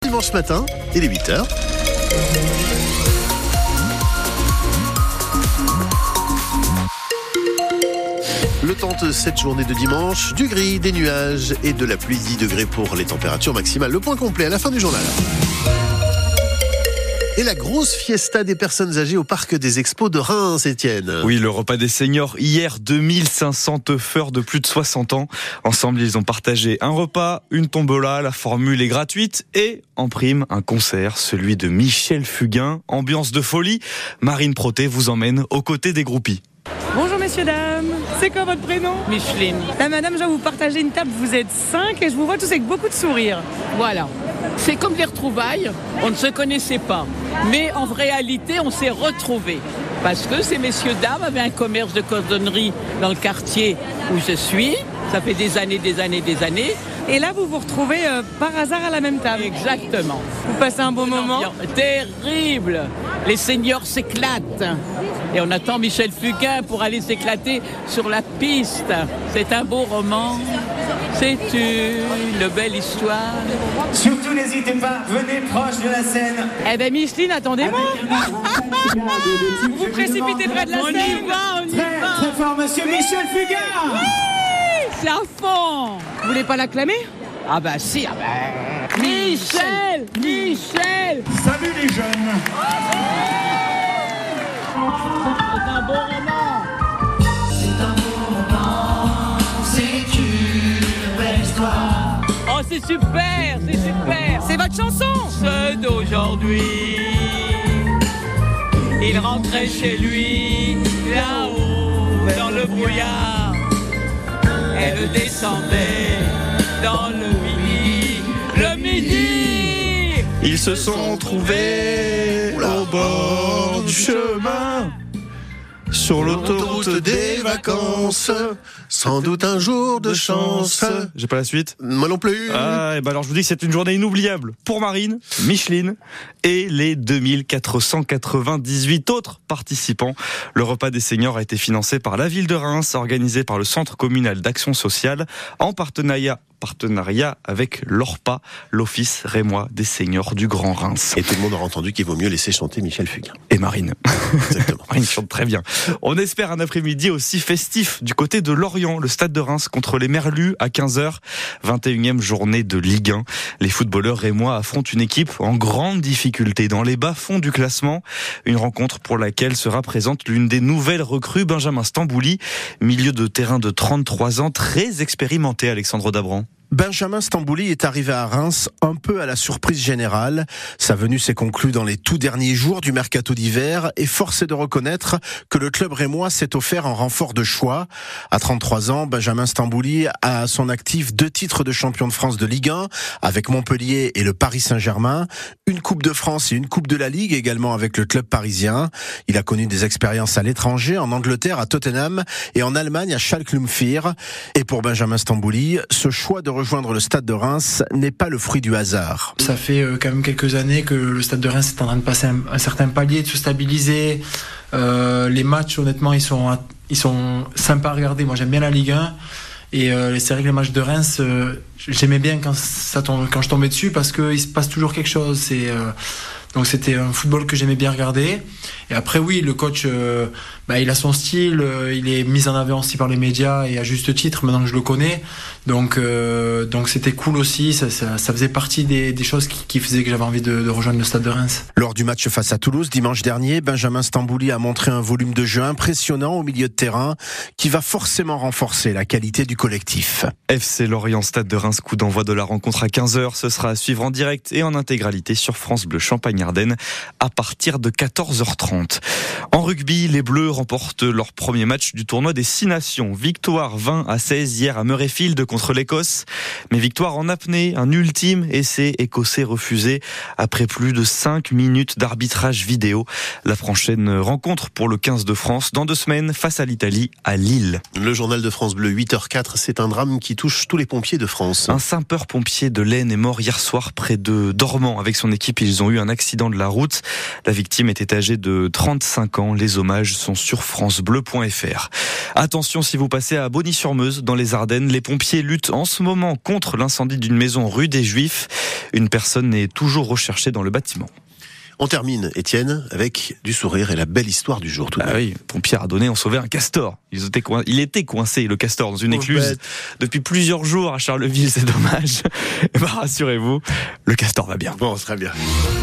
dimanche matin, il est 8h. Le temps de cette journée de dimanche, du gris, des nuages et de la pluie, 10 degrés pour les températures maximales. Le point complet à la fin du journal. Et la grosse fiesta des personnes âgées au parc des expos de Reims, Étienne. Oui, le repas des seniors hier, 2500 teufeurs de plus de 60 ans. Ensemble, ils ont partagé un repas, une tombola, la formule est gratuite et en prime, un concert, celui de Michel Fugain. Ambiance de folie, Marine Proté vous emmène aux côtés des groupies. Bonjour messieurs, dames, c'est quoi votre prénom? Micheline. Là madame, je vais vous partager une table, vous êtes 5 et je vous vois tous avec beaucoup de sourires. Voilà. C'est comme les retrouvailles, on ne se connaissait pas. Mais en réalité, on s'est retrouvés. Parce que ces messieurs dames avaient un commerce de cordonnerie dans le quartier où je suis. Ça fait des années. Et là, vous vous retrouvez par hasard à la même table. Exactement. Vous passez un bon moment. Terrible. Les seniors s'éclatent. Et on attend Michel Fugain pour aller s'éclater sur la piste. C'est un beau roman. C'est une belle histoire. Surtout n'hésitez pas, venez proche de la scène. Eh ben Micheline, attendez-moi. Vous vous précipitez près de la scène. On y va. Très fort, monsieur Michel Fugain. Oui, c'est à fond. Vous voulez pas l'acclamer? Ah bah si, Michel. Salut les jeunes. C'est un beau roman. C'est une belle histoire. Oh, c'est super. C'est votre chanson. Ceux d'aujourd'hui, il rentrait chez lui, là-haut, dans le brouillard. Elle descendait dans le midi. Ils se sont trouvés au bord du chemin, sur l'autoroute des vacances. Sans doute un jour de chance. J'ai pas la suite? Moi non plus. Ah, et ben alors je vous dis que c'est une journée inoubliable pour Marine, Micheline et les 2498 autres participants. Le repas des seniors a été financé par la ville de Reims, organisé par le Centre communal d'action sociale, en partenariat avec l'ORPA, l'Office rémois des seniors du Grand Reims. Et tout le monde aura entendu qu'il vaut mieux laisser chanter Michel Fugain. Et Marine. Exactement. Marine chante très bien. On espère un après-midi aussi festif du côté de Lorient, le stade de Reims contre les Merlus à 15h, 21e journée de Ligue 1. Les footballeurs rémois affrontent une équipe en grande difficulté dans les bas-fonds du classement. Une rencontre pour laquelle sera présente l'une des nouvelles recrues, Benjamin Stambouli, milieu de terrain de 33 ans, très expérimenté, Alexandre Dabran. Benjamin Stambouli est arrivé à Reims un peu à la surprise générale. Sa venue s'est conclue dans les tout derniers jours du mercato d'hiver et force est de reconnaître que le club rémois s'est offert un renfort de choix. À 33 ans, Benjamin Stambouli a à son actif 2 titres de champion de France de Ligue 1 avec Montpellier et le Paris Saint-Germain, une Coupe de France et une Coupe de la Ligue également avec le club parisien. Il a connu des expériences à l'étranger, en Angleterre à Tottenham et en Allemagne à Schalke 04. Et pour Benjamin Stambouli, ce choix de rejoindre le stade de Reims n'est pas le fruit du hasard. Ça fait quand même quelques années que le stade de Reims est en train de passer un certain palier, de se stabiliser. Les matchs, honnêtement, ils sont sympas à regarder. Moi, j'aime bien la Ligue 1. Et c'est vrai que les matchs de Reims, j'aimais bien quand je tombais dessus parce qu'il se passe toujours quelque chose. Donc c'était un football que j'aimais bien regarder. Et après oui, le coach, il a son style, il est mis en avant aussi par les médias et à juste titre maintenant que je le connais. Donc c'était cool aussi, ça faisait partie des choses qui faisaient que j'avais envie de rejoindre le stade de Reims. Lors du match face à Toulouse dimanche dernier, Benjamin Stambouli a montré un volume de jeu impressionnant au milieu de terrain qui va forcément renforcer la qualité du collectif. FC Lorient, stade de Reims, coup d'envoi de la rencontre à 15h. Ce sera à suivre en direct et en intégralité sur France Bleu Champagne-Ardenne à partir de 14h30. En rugby, les Bleus remportent leur premier match du tournoi des 6 nations. Victoire 20-16 hier à Murrayfield contre l'Écosse. Mais victoire en apnée, un ultime essai écossais refusé après plus de 5 minutes d'arbitrage vidéo. La prochaine rencontre pour le 15 de France dans 2 semaines face à l'Italie à Lille. Le journal de France Bleu, 8h04, c'est un drame qui touche tous les pompiers de France. Un sapeur-pompier de l'Aisne est mort hier soir près de Dormans. Avec son équipe, ils ont eu un accident accident de la route. La victime était âgée de 35 ans. Les hommages sont sur francebleu.fr. Attention si vous passez à Bonny-sur-Meuse, dans les Ardennes. Les pompiers luttent en ce moment contre l'incendie d'une maison rue des Juifs. Une personne est toujours recherchée dans le bâtiment. On termine, Étienne, avec du sourire et la belle histoire du jour. Tout de même. Oui, pompiers ardennais ont sauvé un castor. Il était coincé, le castor, dans une écluse depuis plusieurs jours à Charleville. C'est dommage. Rassurez-vous, le castor va bien. Bon, très bien.